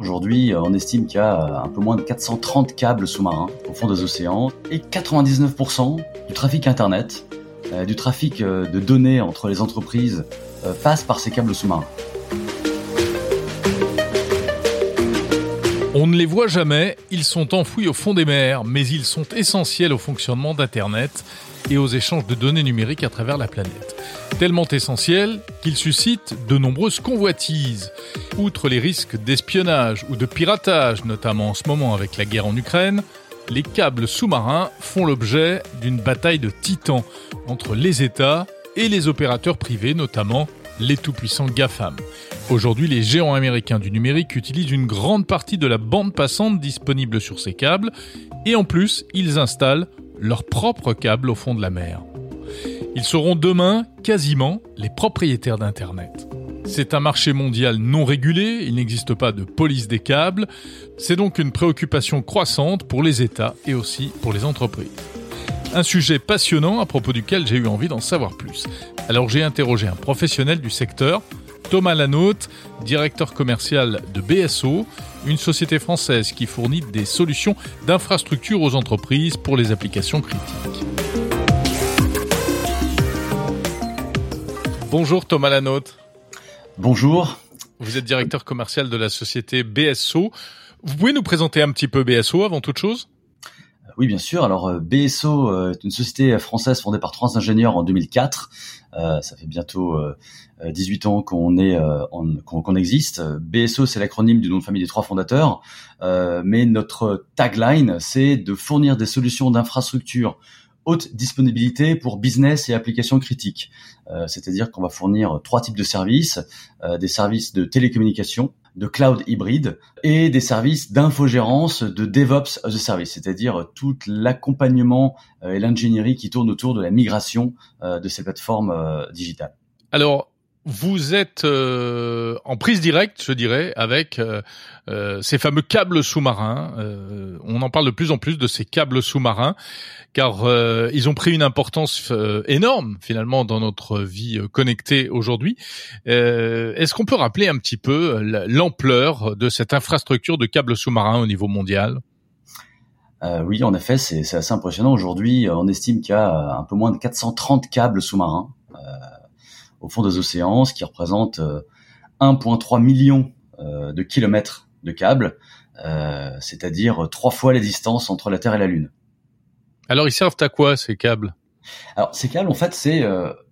Aujourd'hui, on estime qu'il y a un peu moins de 430 câbles sous-marins au fond des océans et 99% du trafic Internet, du trafic de données entre les entreprises passe par ces câbles sous-marins. On ne les voit jamais, ils sont enfouis au fond des mers, mais ils sont essentiels au fonctionnement d'Internet et aux échanges de données numériques à travers la planète. Tellement essentiels qu'ils suscitent de nombreuses convoitises. Outre les risques d'espionnage ou de piratage, notamment en ce moment avec la guerre en Ukraine, les câbles sous-marins font l'objet d'une bataille de titans entre les États et les opérateurs privés, notamment les tout-puissants GAFAM. Aujourd'hui, les géants américains du numérique utilisent une grande partie de la bande passante disponible sur ces câbles et en plus, ils installent leurs propres câbles au fond de la mer. Ils seront demain quasiment les propriétaires d'Internet. C'est un marché mondial non régulé, il n'existe pas de police des câbles. C'est donc une préoccupation croissante pour les États et aussi pour les entreprises. Un sujet passionnant à propos duquel j'ai eu envie d'en savoir plus. Alors j'ai interrogé un professionnel du secteur, Thomas Lanotte, directeur commercial de BSO, une société française qui fournit des solutions d'infrastructure aux entreprises pour les applications critiques. Bonjour Thomas Lanotte. Bonjour. Vous êtes directeur commercial de la société BSO. Vous pouvez nous présenter un petit peu BSO avant toute chose ? Oui, bien sûr. Alors, BSO est une société française fondée par 3 ingénieurs en 2004. Ça fait bientôt 18 ans qu'on existe. BSO, c'est l'acronyme du nom de famille des 3 fondateurs. Mais notre tagline, c'est de fournir des solutions d'infrastructure haute disponibilité pour business et applications critiques. C'est-à-dire qu'on va fournir 3 types de services, des services de télécommunication, de cloud hybride et des services d'infogérance de DevOps as a Service, c'est-à-dire tout l'accompagnement et l'ingénierie qui tourne autour de la migration de ces plateformes digitales. Alors, vous êtes en prise directe, je dirais, avec ces fameux câbles sous-marins. On en parle de plus en plus de ces câbles sous-marins, car ils ont pris une importance énorme, finalement, dans notre vie connectée aujourd'hui. Est-ce qu'on peut rappeler un petit peu l'ampleur de cette infrastructure de câbles sous-marins au niveau mondial ? Oui, en effet, c'est assez impressionnant. Aujourd'hui, on estime qu'il y a un peu moins de 430 câbles sous-marins au fond des océans, ce qui représente 1,3 million de kilomètres de câbles, c'est-à-dire 3 fois la distance entre la Terre et la Lune. Alors, ils servent à quoi, ces câbles ? Alors, ces câbles, en fait, c'est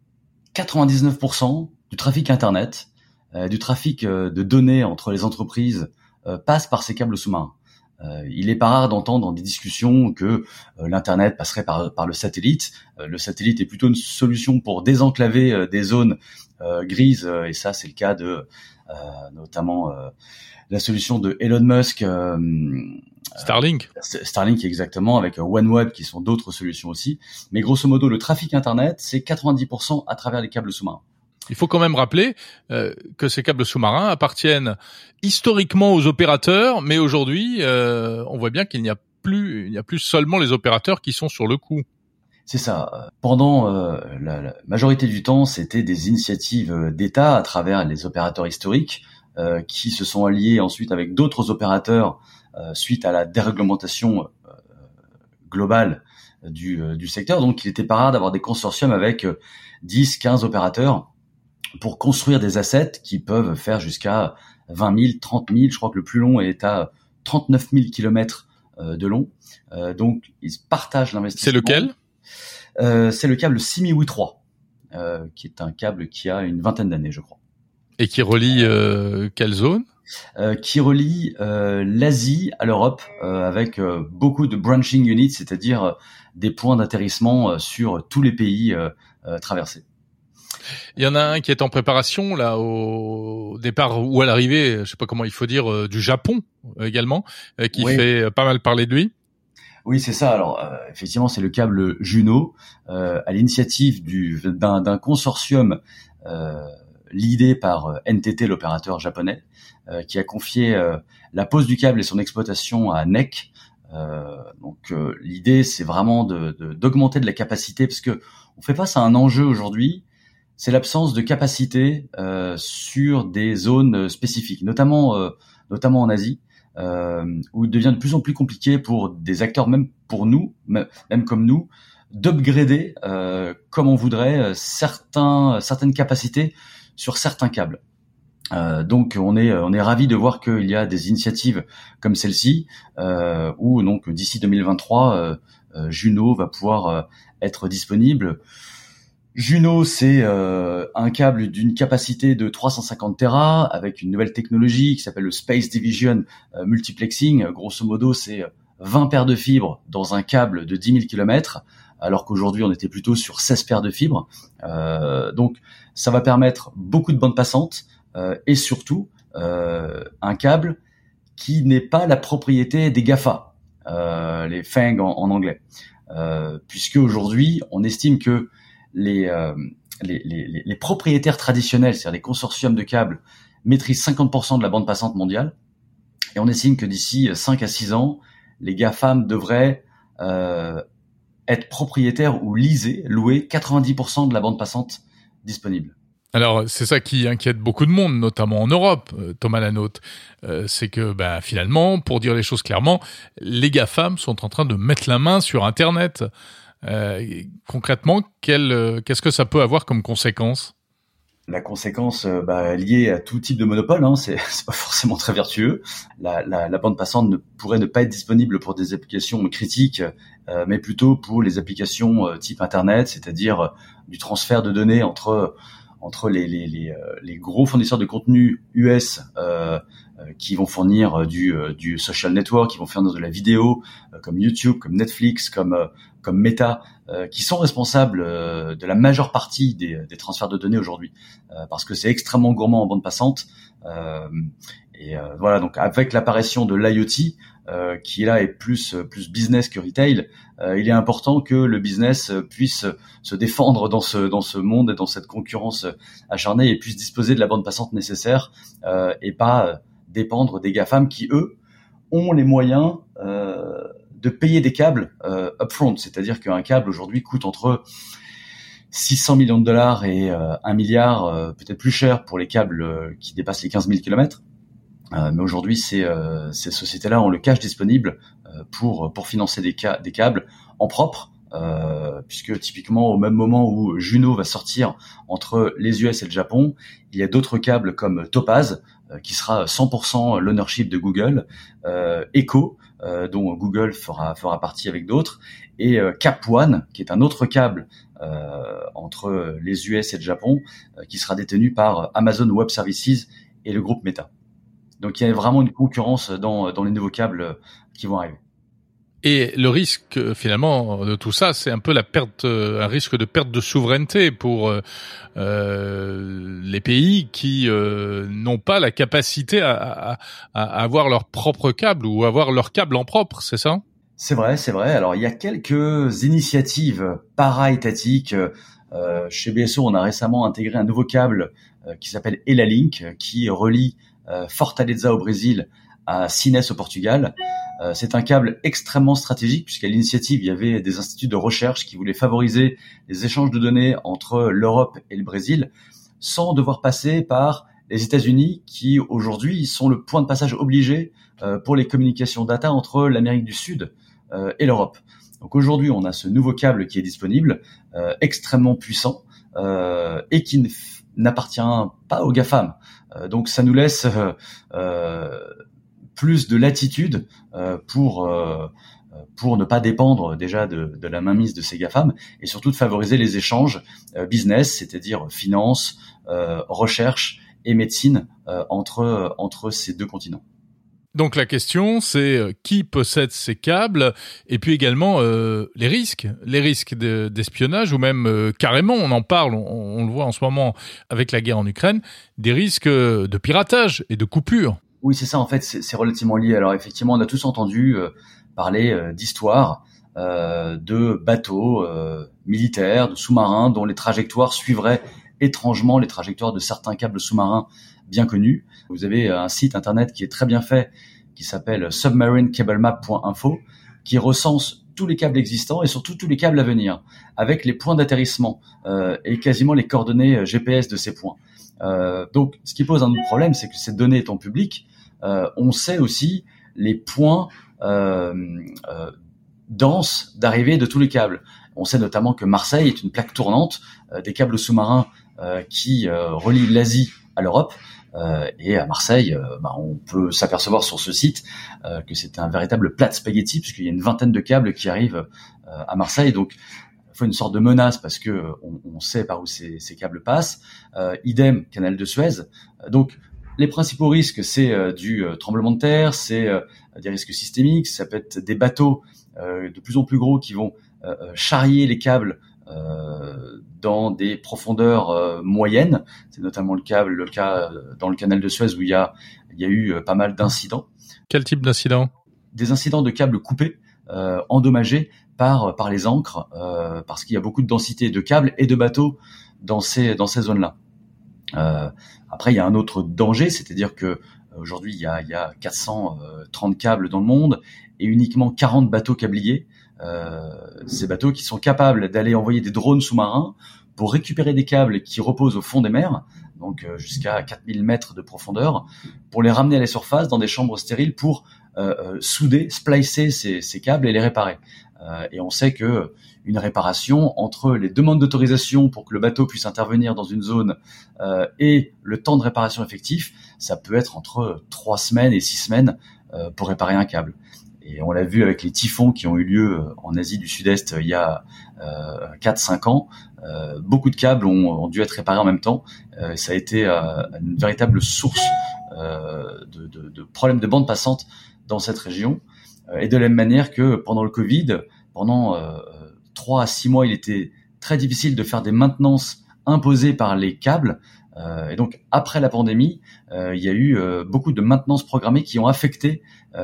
99% du trafic Internet, du trafic de données entre les entreprises passe par ces câbles sous-marins. Il n'est pas rare d'entendre dans des discussions que l'Internet passerait par le satellite. Le satellite est plutôt une solution pour désenclaver des zones grises, et ça, c'est le cas de notamment la solution de Elon Musk. Starlink. Starlink, exactement, avec OneWeb, qui sont d'autres solutions aussi. Mais grosso modo, le trafic Internet, c'est 90% à travers les câbles sous-marins. Il faut quand même rappeler que ces câbles sous-marins appartiennent historiquement aux opérateurs, mais aujourd'hui, on voit bien qu'il n'y a plus seulement les opérateurs qui sont sur le coup. C'est ça. Pendant la majorité du temps, c'était des initiatives d'État à travers les opérateurs historiques qui se sont alliés ensuite avec d'autres opérateurs suite à la déréglementation globale du secteur. Donc, il n'était pas rare d'avoir des consortiums avec 10, 15 opérateurs pour construire des assets qui peuvent faire jusqu'à 20 000, 30 000. Je crois que le plus long est à 39 000 kilomètres de long. Donc, ils partagent l'investissement. C'est lequel ? C'est le câble Simiwi 3, qui est un câble qui a une 20aine d'années, je crois. Et qui relie quelle zone ? Qui relie l'Asie à l'Europe avec beaucoup de branching units, c'est-à-dire des points d'atterrissement sur tous les pays traversés. Il y en a un qui est en préparation là au départ ou à l'arrivée, je sais pas comment il faut dire, du Japon également, qui fait pas mal parler de lui. Oui, c'est ça. Alors, effectivement, c'est le câble Juno, à l'initiative d'un consortium l'idée par NTT, l'opérateur japonais, qui a confié la pose du câble et son exploitation à NEC. Donc l'idée, c'est vraiment d'augmenter de la capacité, parce que on fait face à un enjeu aujourd'hui, c'est l'absence de capacité sur des zones spécifiques, notamment notamment en Asie, où il devient de plus en plus compliqué pour des acteurs, même pour nous, même comme nous, d'upgrader comme on voudrait certaines capacités sur certains câbles. Donc on est ravi de voir qu'il y a des initiatives comme celle-ci où donc d'ici 2023 Juno va pouvoir être disponible. Juno, c'est un câble d'une capacité de 350 Tera avec une nouvelle technologie qui s'appelle le Space Division Multiplexing. Grosso modo, c'est 20 paires de fibres dans un câble de 10 000 km, alors qu'aujourd'hui, on était plutôt sur 16 paires de fibres. Donc, ça va permettre beaucoup de bandes passantes et surtout un câble qui n'est pas la propriété des GAFA, les FANG en anglais. Puisque aujourd'hui, on estime que les propriétaires traditionnels, c'est-à-dire les consortiums de câbles, maîtrisent 50% de la bande passante mondiale. Et on estime que d'ici 5 à 6 ans, les GAFAM devraient être propriétaires ou louer 90% de la bande passante disponible. Alors, c'est ça qui inquiète beaucoup de monde, notamment en Europe, Thomas Lanotte. C'est que, finalement, pour dire les choses clairement, les GAFAM sont en train de mettre la main sur Internet. Concrètement, qu'est-ce que ça peut avoir comme conséquence ? La conséquence liée à tout type de monopole, c'est pas forcément très vertueux. La bande passante pourrait ne pas être disponible pour des applications critiques, mais plutôt pour les applications type Internet, c'est-à-dire du transfert de données entre les gros fournisseurs de contenu US qui vont fournir du social network, qui vont fournir de la vidéo, comme YouTube, comme Netflix, comme Meta, qui sont responsables de la majeure partie des transferts de données aujourd'hui, parce que c'est extrêmement gourmand en bande passante. Voilà, donc avec l'apparition de l'IoT, qui là est plus business que retail, il est important que le business puisse se défendre dans ce monde et dans cette concurrence acharnée et puisse disposer de la bande passante nécessaire et pas dépendre des GAFAM qui, eux, ont les moyens de payer des câbles upfront. C'est-à-dire qu'un câble aujourd'hui coûte entre 600 millions de dollars et 1 milliard, peut-être plus cher pour les câbles qui dépassent les 15 000 kilomètres. Mais aujourd'hui, ces sociétés-là ont le cash disponible pour financer des câbles en propre, puisque typiquement au même moment où Juno va sortir entre les US et le Japon, il y a d'autres câbles comme Topaz qui sera 100% l'ownership de Google, Echo dont Google fera partie avec d'autres, et Cap One qui est un autre câble entre les US et le Japon qui sera détenu par Amazon Web Services et le groupe Meta. Donc il y a vraiment une concurrence dans les nouveaux câbles qui vont arriver. Et le risque finalement de tout ça, c'est un peu un risque de perte de souveraineté pour les pays qui n'ont pas la capacité à avoir leur propre câble ou avoir leur câble en propre, c'est ça ? C'est vrai. Alors il y a quelques initiatives para-étatiques. Chez BSO, on a récemment intégré un nouveau câble qui s'appelle Elalink, qui relie Fortaleza au Brésil à Sines au Portugal. C'est un câble extrêmement stratégique puisqu'à l'initiative, il y avait des instituts de recherche qui voulaient favoriser les échanges de données entre l'Europe et le Brésil sans devoir passer par les États-Unis qui aujourd'hui sont le point de passage obligé pour les communications data entre l'Amérique du Sud et l'Europe. Donc aujourd'hui, on a ce nouveau câble qui est disponible, extrêmement puissant et qui n'appartient pas aux GAFAM. Donc ça nous laisse plus de latitude pour ne pas dépendre déjà de la mainmise de ces GAFAM et surtout de favoriser les échanges business, c'est-à-dire finance, recherche et médecine entre ces deux continents. Donc la question, c'est qui possède ces câbles et puis également les risques d'espionnage ou même carrément, on en parle, on le voit en ce moment avec la guerre en Ukraine, des risques de piratage et de coupure. Oui, c'est ça, en fait, c'est relativement lié. Alors effectivement, on a tous entendu parler d'histoires de bateaux militaires, de sous-marins dont les trajectoires suivraient étrangement les trajectoires de certains câbles sous-marins bien connus. Vous avez un site internet qui est très bien fait, qui s'appelle submarinecablemap.info, qui recense tous les câbles existants et surtout tous les câbles à venir, avec les points d'atterrissement et quasiment les coordonnées GPS de ces points. Donc, ce qui pose un autre problème, c'est que ces données étant publiques, on sait aussi les points denses d'arrivée de tous les câbles. On sait notamment que Marseille est une plaque tournante des câbles sous-marins qui relient l'Asie à l'Europe. Et à Marseille, on peut s'apercevoir sur ce site que c'est un véritable plat de spaghettis, puisqu'il y a une vingtaine de câbles qui arrivent à Marseille. Donc, il faut une sorte de menace parce que on sait par où ces câbles passent. Idem, canal de Suez. Donc, les principaux risques, c'est du tremblement de terre, c'est des risques systémiques. Ça peut être des bateaux de plus en plus gros qui vont charrier les câbles dans des profondeurs moyennes. C'est notamment le cas dans le canal de Suez où il y a eu pas mal d'incidents. Quel type d'incidents ? Des incidents de câbles coupés, endommagés par les ancres, parce qu'il y a beaucoup de densité de câbles et de bateaux dans ces zones-là. Après, il y a un autre danger, c'est-à-dire que aujourd'hui il y a 430 câbles dans le monde et uniquement 40 bateaux câbliers. Ces bateaux qui sont capables d'aller envoyer des drones sous-marins pour récupérer des câbles qui reposent au fond des mers, donc jusqu'à 4000 mètres de profondeur, pour les ramener à la surface dans des chambres stériles pour souder, splicer ces câbles et les réparer. Et on sait que une réparation entre les demandes d'autorisation pour que le bateau puisse intervenir dans une zone et le temps de réparation effectif, ça peut être entre 3 semaines et 6 semaines pour réparer un câble. Et on l'a vu avec les typhons qui ont eu lieu en Asie du Sud-Est il y a 4-5 ans. Beaucoup de câbles ont dû être réparés en même temps. Ça a été une véritable source de problèmes de bande passante dans cette région. Et de la même manière que pendant le Covid, pendant 3 à 6 mois, il était très difficile de faire des maintenances imposées par les câbles. Et donc, après la pandémie, il y a eu beaucoup de maintenances programmées qui ont affecté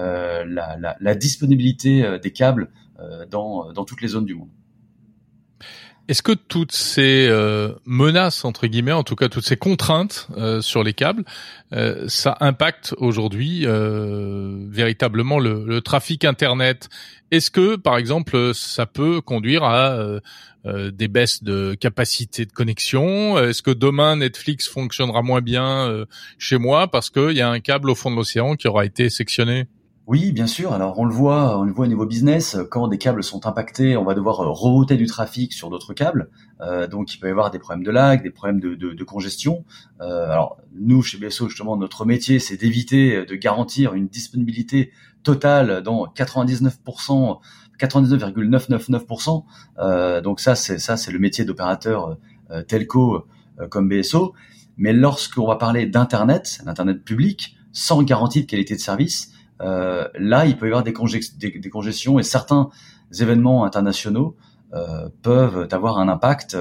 la disponibilité des câbles dans toutes les zones du monde. Est-ce que toutes ces menaces, entre guillemets, en tout cas toutes ces contraintes sur les câbles, ça impacte aujourd'hui véritablement le trafic Internet ? Est-ce que, par exemple, ça peut conduire à des baisses de capacité de connexion ? Est-ce que demain, Netflix fonctionnera moins bien chez moi parce qu'il y a un câble au fond de l'océan qui aura été sectionné ? Oui, bien sûr. Alors, on le voit au niveau business. Quand des câbles sont impactés, on va devoir rerouter du trafic sur d'autres câbles. Donc, il peut y avoir des problèmes de lag, des problèmes de congestion. Alors, nous, chez BSO, justement, notre métier, c'est d'éviter de garantir une disponibilité totale dans 99%, 99,999%. Donc ça, c'est le métier d'opérateur telco comme BSO. Mais lorsqu'on va parler d'internet, l'internet public, sans garantie de qualité de service, là, il peut y avoir des congestions et certains événements internationaux peuvent avoir un impact.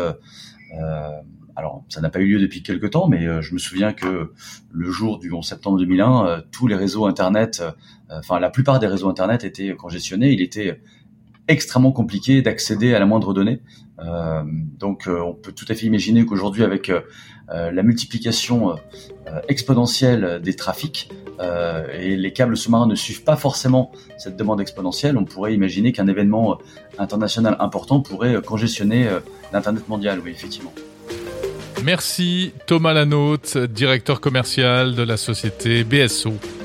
Alors, ça n'a pas eu lieu depuis quelque temps, mais je me souviens que le jour du 11 septembre 2001, tous les réseaux Internet, la plupart des réseaux Internet étaient congestionnés. Il était extrêmement compliqué d'accéder à la moindre donnée. Donc, on peut tout à fait imaginer qu'aujourd'hui, avec la multiplication exponentielle des trafics, et les câbles sous-marins ne suivent pas forcément cette demande exponentielle, on pourrait imaginer qu'un événement international important pourrait congestionner l'Internet mondial, oui, effectivement. Merci Thomas Lanotte, directeur commercial de la société BSO.